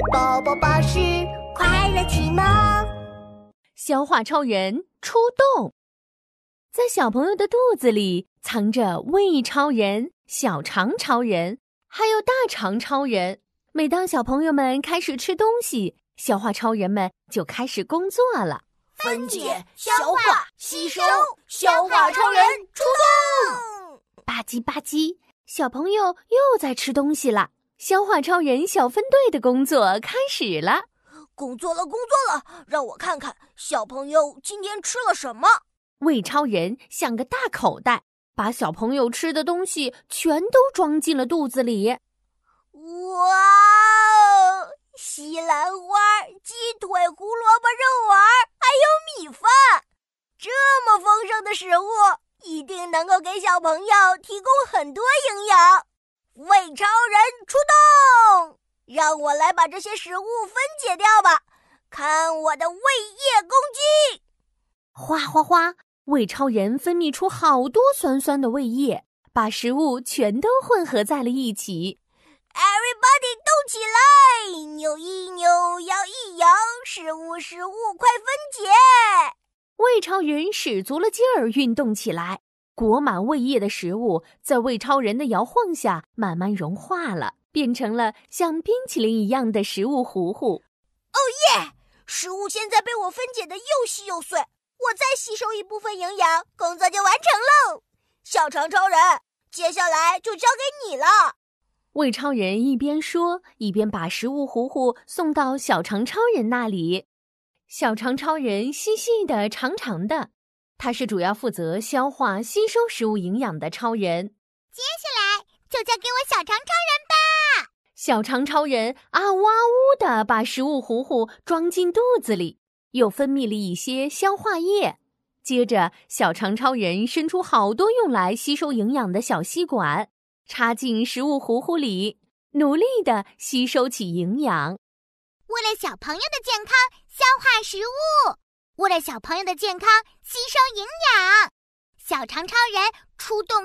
宝宝巴士快乐启蒙。 消化超人出动，在小朋友的肚子里藏着胃超人、小肠超人，还有大肠超人。每当小朋友们开始吃东西，消化超人们就开始工作了。 分解、消化、吸收，消化超人出动！ 吧唧吧唧，小朋友又在吃东西了。消化超人小分队的工作开始了。 工作了，让我看看小朋友今天吃了什么。 胃超人像个大口袋，把小朋友吃的东西全都装进了肚子里。 哇哦！西兰花、鸡腿、胡萝卜肉丸，还有米饭，这么丰盛的食物，一定能够给小朋友提供很多营养。胃超人出动，让我来把这些食物分解掉吧，看我的胃液攻击！ 哗哗哗，胃超人分泌出好多酸酸的胃液，把食物全都混合在了一起。 Everybody 动起来，扭一扭，摇一摇，食物快分解！ 胃超人使足了劲儿运动起来，裹满胃液的食物在胃超人的摇晃下慢慢融化了，变成了像冰淇淋一样的食物糊糊。 哦耶！食物现在被我分解得又细又碎，我再吸收一部分营养，工作就完成喽！小肠超人，接下来就交给你了。 胃超人一边说，一边把食物糊糊送到小肠超人那里。小肠超人细细的、长长的，他是主要负责消化、吸收食物营养的超人。 接下来就交给我小肠超人吧。 小肠超人啊呜啊呜地把食物糊糊装进肚子里，又分泌了一些消化液。接着，小肠超人伸出好多用来吸收营养的小吸管，插进食物糊糊里，努力地吸收起营养。 为了小朋友的健康，消化食物；为了小朋友的健康，吸收营养。小肠超人出动！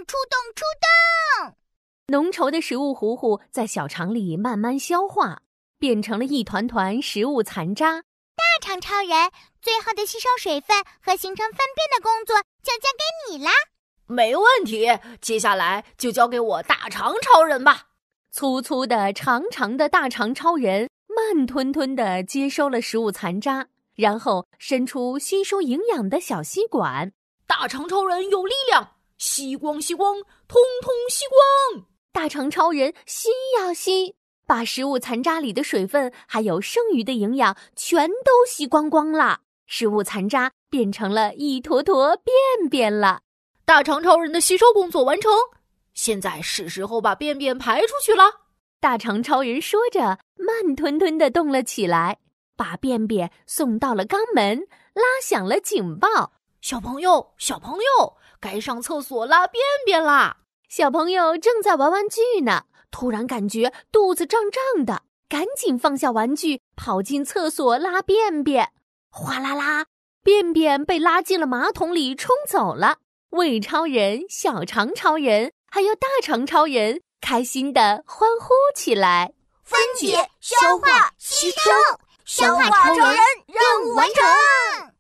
浓稠的食物糊糊在小肠里慢慢消化，变成了一团团食物残渣。 大肠超人最后的吸收水分和形成粪便的工作就交给你啦。 没问题，接下来就交给我大肠超人吧。 粗粗的、长长的大肠超人慢吞吞地接收了食物残渣，然后伸出吸收营养的小吸管。 大肠超人有力量，吸光，通通吸光。 大肠超人吸呀吸，把食物残渣里的水分还有剩余的营养全都吸光光了。食物残渣变成了一坨坨便便了。 大肠超人的吸收工作完成，现在是时候把便便排出去了。 大肠超人说着，慢吞吞地动了起来，把便便送到了肛门，拉响了警报。 小朋友，该上厕所拉便便啦！ 小朋友正在玩玩具呢，突然感觉肚子胀胀的，赶紧放下玩具，跑进厕所拉便便。哗啦啦，便便被拉进了马桶里冲走了。胃超人、小肠超人还有大肠超人开心地欢呼起来。 分解、消化、吸收，消化超人任务完成！